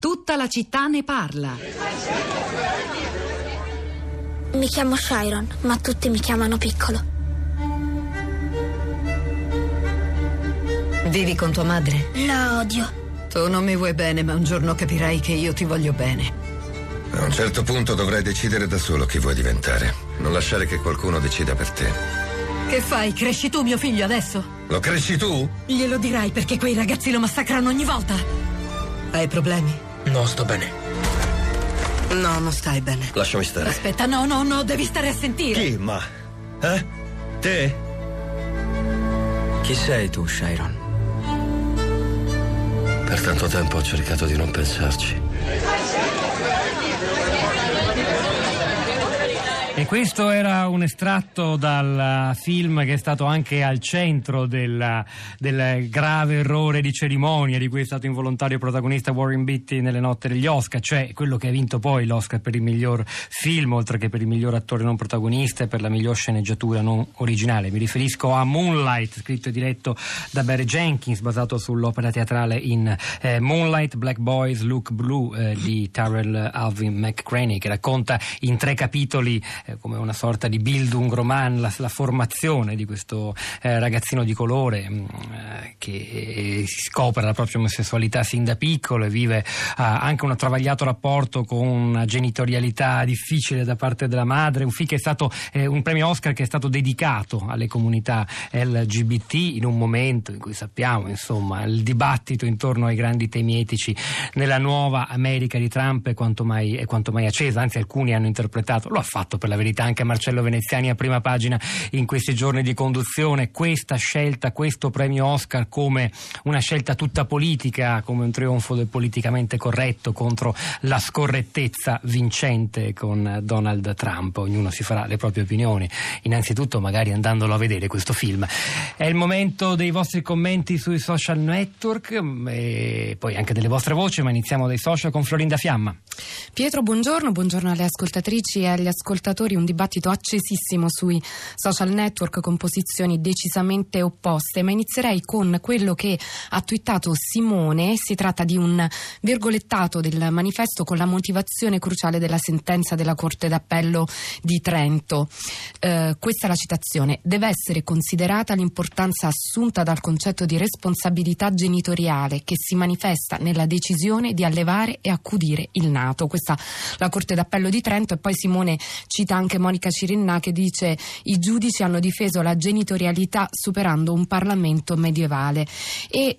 Tutta la città ne parla. Mi chiamo Chiron, ma tutti mi chiamano Piccolo. Vivi con tua madre? La odio. Tu non mi vuoi bene, ma un giorno capirai che io ti voglio bene. A un certo punto dovrai decidere da solo chi vuoi diventare. Non lasciare che qualcuno decida per te. Che fai? Cresci tu mio figlio adesso? Lo cresci tu? Glielo dirai perché quei ragazzi lo massacrano ogni volta. Hai problemi? No, sto bene. No, non stai bene. Lasciami stare. Aspetta, no, devi stare a sentire. Chi, ma? Te? Chi sei tu, Chiron? Per tanto tempo ho cercato di non pensarci. E questo era un estratto dal film che è stato anche al centro del grave errore di cerimonia di cui è stato involontario protagonista Warren Beatty nelle notte degli Oscar, cioè quello che ha vinto poi l'Oscar per il miglior film, oltre che per il miglior attore non protagonista e per la miglior sceneggiatura non originale. Mi riferisco a Moonlight, scritto e diretto da Barry Jenkins, basato sull'opera teatrale in Moonlight, Black Boys, Look Blue di Tyrell Alvin McCraney, che racconta in 3 capitoli come una sorta di Bildungsroman la formazione di questo ragazzino di colore che scopre la propria omosessualità sin da piccolo e vive anche un travagliato rapporto con una genitorialità difficile da parte della madre. Un film che è stato un premio Oscar che è stato dedicato alle comunità LGBT in un momento in cui sappiamo insomma il dibattito intorno ai grandi temi etici nella nuova America di Trump è quanto mai accesa, anzi alcuni hanno interpretato, lo ha fatto per la verità anche Marcello Veneziani a prima pagina in questi giorni di conduzione, questa scelta, questo premio Oscar come una scelta tutta politica, come un trionfo del politicamente corretto contro la scorrettezza vincente con Donald Trump. Ognuno si farà le proprie opinioni, innanzitutto magari andandolo a vedere questo film. È il momento dei vostri commenti sui social network e poi anche delle vostre voci, ma iniziamo dai social con Florinda Fiamma. Pietro, buongiorno alle ascoltatrici e agli ascoltatori. Un dibattito accesissimo sui social network con posizioni decisamente opposte, ma inizierei con quello che ha twittato Simone. Si tratta di un virgolettato del manifesto con la motivazione cruciale della sentenza della Corte d'Appello di Trento. Questa è la citazione: deve essere considerata l'importanza assunta dal concetto di responsabilità genitoriale che si manifesta nella decisione di allevare e accudire il nato. Questa la Corte d'Appello di Trento. E poi Simone cita anche Monica Cirinnà che dice: i giudici hanno difeso la genitorialità superando un Parlamento medievale. E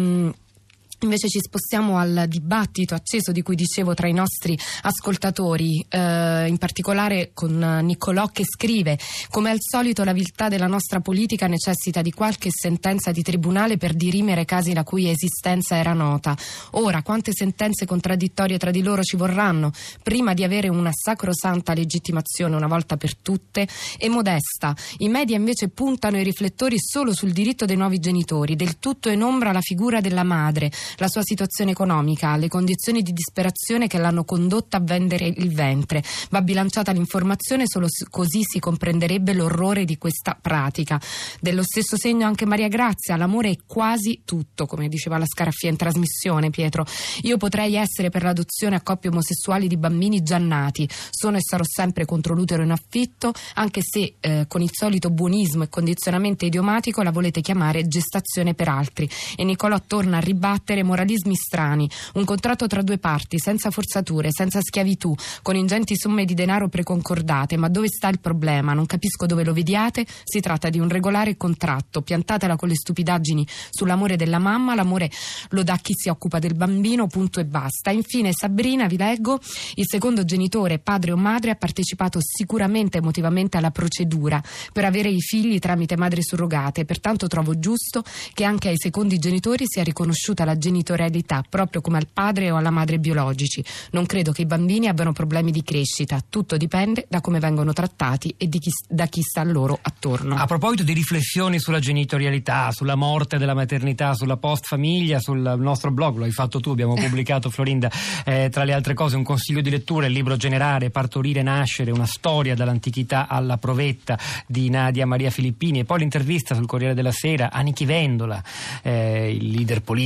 invece ci spostiamo al dibattito acceso di cui dicevo tra i nostri ascoltatori, in particolare con Niccolò che scrive: come al solito la viltà della nostra politica necessita di qualche sentenza di tribunale per dirimere casi la cui esistenza era nota. Ora, quante sentenze contraddittorie tra di loro ci vorranno prima di avere una sacrosanta legittimazione una volta per tutte e modesta? I media invece puntano i riflettori solo sul diritto dei nuovi genitori, del tutto in ombra la figura della madre, la sua situazione economica, le condizioni di disperazione che l'hanno condotta a vendere il ventre. Va bilanciata l'informazione, solo così si comprenderebbe l'orrore di questa pratica. Dello stesso segno anche Maria Grazia: l'amore è quasi tutto, come diceva la Scaraffia in trasmissione, Pietro. Io potrei essere per l'adozione a coppie omosessuali di bambini già nati, sono e sarò sempre contro l'utero in affitto, anche se con il solito buonismo e condizionamento idiomatico la volete chiamare gestazione per altri. E Niccolò torna a ribattere: moralismi strani, un contratto tra 2 parti, senza forzature, senza schiavitù, con ingenti somme di denaro preconcordate. Ma dove sta il problema? Non capisco dove lo vediate. Si tratta di un regolare contratto, piantatela con le stupidaggini sull'amore della mamma. L'amore lo dà chi si occupa del bambino, punto e basta. Infine Sabrina, vi leggo: il secondo genitore, padre o madre, ha partecipato sicuramente emotivamente alla procedura per avere i figli tramite madri surrogate, pertanto trovo giusto che anche ai secondi genitori sia riconosciuta la genitorialità, proprio come al padre o alla madre biologici. Non credo che i bambini abbiano problemi di crescita, tutto dipende da come vengono trattati e da chi sta loro attorno. A proposito di riflessioni sulla genitorialità, sulla morte della maternità, sulla post famiglia, sul nostro blog, lo hai fatto tu, abbiamo pubblicato, Florinda, tra le altre cose un consiglio di lettura, il libro generale Partorire e nascere, una storia dall'antichità alla provetta di Nadia Maria Filippini, e poi l'intervista sul Corriere della Sera a Nichi Vendola, il leader politico che è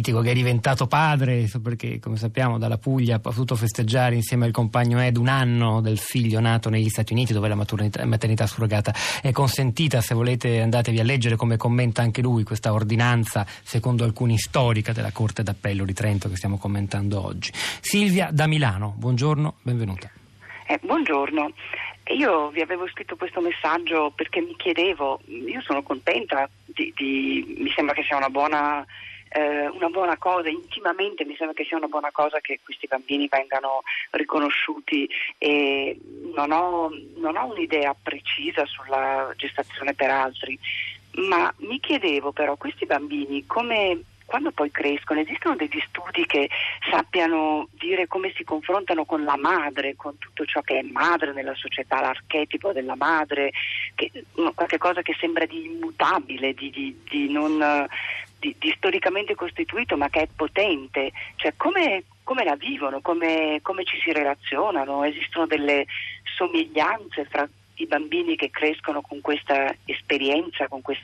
diventato padre, perché come sappiamo dalla Puglia ha potuto festeggiare insieme al compagno Ed un anno del figlio nato negli Stati Uniti, dove la maternità surrogata è consentita. Se volete andatevi a leggere come commenta anche lui questa ordinanza, secondo alcuni storica, della Corte d'Appello di Trento che stiamo commentando oggi. Silvia da Milano, buongiorno, benvenuta. Buongiorno. Io vi avevo scritto questo messaggio perché mi chiedevo, io sono contenta mi sembra che sia una buona cosa, intimamente mi sembra che sia una buona cosa che questi bambini vengano riconosciuti, e non ho un'idea precisa sulla gestazione per altri, ma mi chiedevo però, questi bambini quando poi crescono, esistono degli studi che sappiano dire come si confrontano con la madre, con tutto ciò che è madre nella società, l'archetipo della madre, qualche cosa che sembra di immutabile, di storicamente costituito, ma che è potente, cioè come la vivono, come ci si relazionano, esistono delle somiglianze fra i bambini che crescono con questa esperienza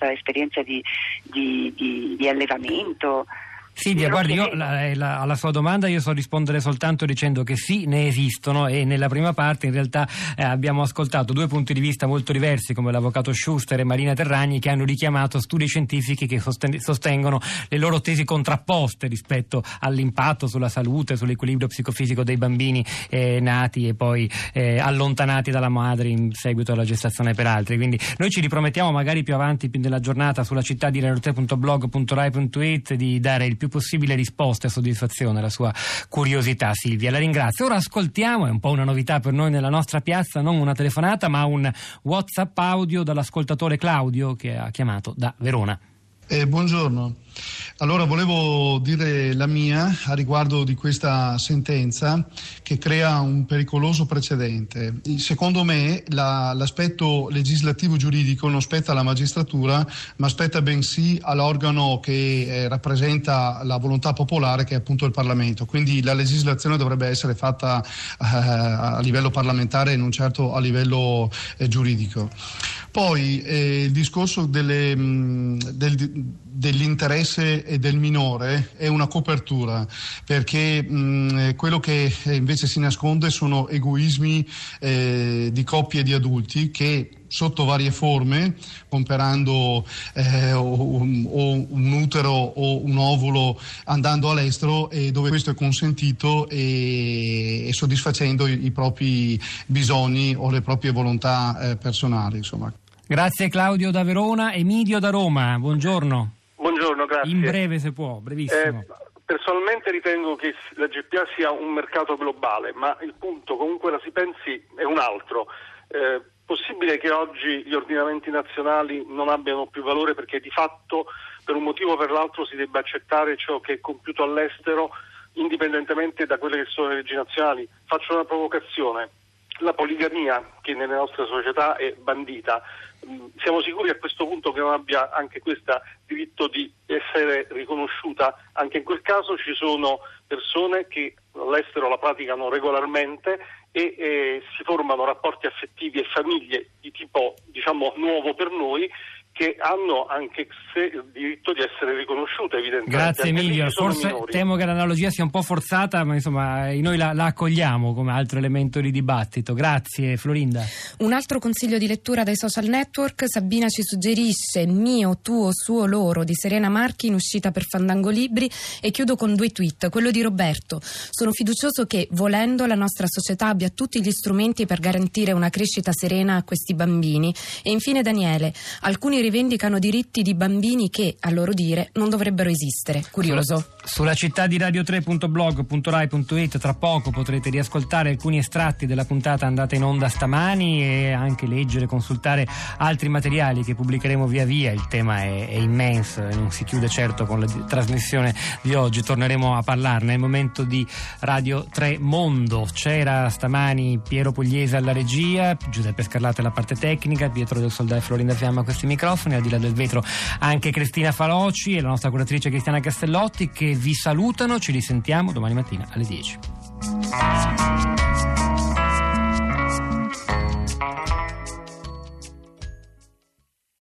di allevamento. Silvia, guardi, io alla sua domanda io so rispondere soltanto dicendo che sì, ne esistono, e nella prima parte in realtà abbiamo ascoltato due punti di vista molto diversi, come l'avvocato Schuster e Marina Terragni, che hanno richiamato studi scientifici che sostengono le loro tesi contrapposte rispetto all'impatto sulla salute, sull'equilibrio psicofisico dei bambini nati e poi allontanati dalla madre in seguito alla gestazione per altri. Quindi noi ci ripromettiamo magari più avanti nella giornata sulla città di radio3.blog.rai.it di dare il più possibile risposte e soddisfazione alla sua curiosità. Silvia, la ringrazio. Ora ascoltiamo, è un po' una novità per noi nella nostra piazza, non una telefonata ma un WhatsApp audio dall'ascoltatore Claudio che ha chiamato da Verona. Buongiorno. Allora volevo dire la mia a riguardo di questa sentenza che crea un pericoloso precedente. Secondo me l'aspetto legislativo giuridico non spetta alla magistratura, ma spetta bensì all'organo che rappresenta la volontà popolare, che è appunto il Parlamento. Quindi la legislazione dovrebbe essere fatta a livello parlamentare e non certo a livello giuridico. Poi il discorso dell'interesse e del minore è una copertura, perché quello che invece si nasconde sono egoismi di coppie di adulti che sotto varie forme, comperando o un utero o un ovulo andando all'estero, dove questo è consentito e soddisfacendo i propri bisogni o le proprie volontà personali, insomma. Grazie Claudio da Verona. Emilio da Roma, buongiorno. Buongiorno, grazie. In breve se può, brevissimo. Personalmente ritengo che la GPA sia un mercato globale, ma il punto, comunque la si pensi, è un altro. Possibile che oggi gli ordinamenti nazionali non abbiano più valore perché di fatto per un motivo o per l'altro si debba accettare ciò che è compiuto all'estero indipendentemente da quelle che sono le leggi nazionali? Faccio una provocazione. La poligamia, che nelle nostre società è bandita, siamo sicuri a questo punto che non abbia anche questa diritto di essere riconosciuta? Anche in quel caso ci sono persone che all'estero la praticano regolarmente e si formano rapporti affettivi e famiglie di tipo, diciamo, nuovo per noi, che hanno anche il diritto di essere riconosciute, evidentemente. Grazie Emilio, forse minori. Temo che l'analogia sia un po' forzata, ma insomma noi la accogliamo come altro elemento di dibattito. Grazie Florinda. Un altro consiglio di lettura dai social network. Sabina ci suggerisce Mio, tuo, suo, loro di Serena Marchi, in uscita per Fandango Libri, e chiudo con 2 tweet. Quello di Roberto: sono fiducioso che, volendo, la nostra società abbia tutti gli strumenti per garantire una crescita serena a questi bambini. E infine Daniele: alcuni rivendicano diritti di bambini che, a loro dire, non dovrebbero esistere. Curioso. Sulla città di radio3.blog.rai.it tra poco potrete riascoltare alcuni estratti della puntata andata in onda stamani e anche leggere, consultare altri materiali che pubblicheremo via via. Il tema è immenso e non si chiude certo con la trasmissione di oggi, torneremo a parlarne. È il momento di Radio 3 Mondo. C'era stamani Piero Pugliese alla regia, Giuseppe Scarlatti alla parte tecnica, Pietro del Soldà e Florinda Fiamma a questi microfoni, al di là del vetro anche Cristina Faloci e la nostra curatrice Cristiana Castellotti, che vi salutano. Ci risentiamo domani mattina alle 10.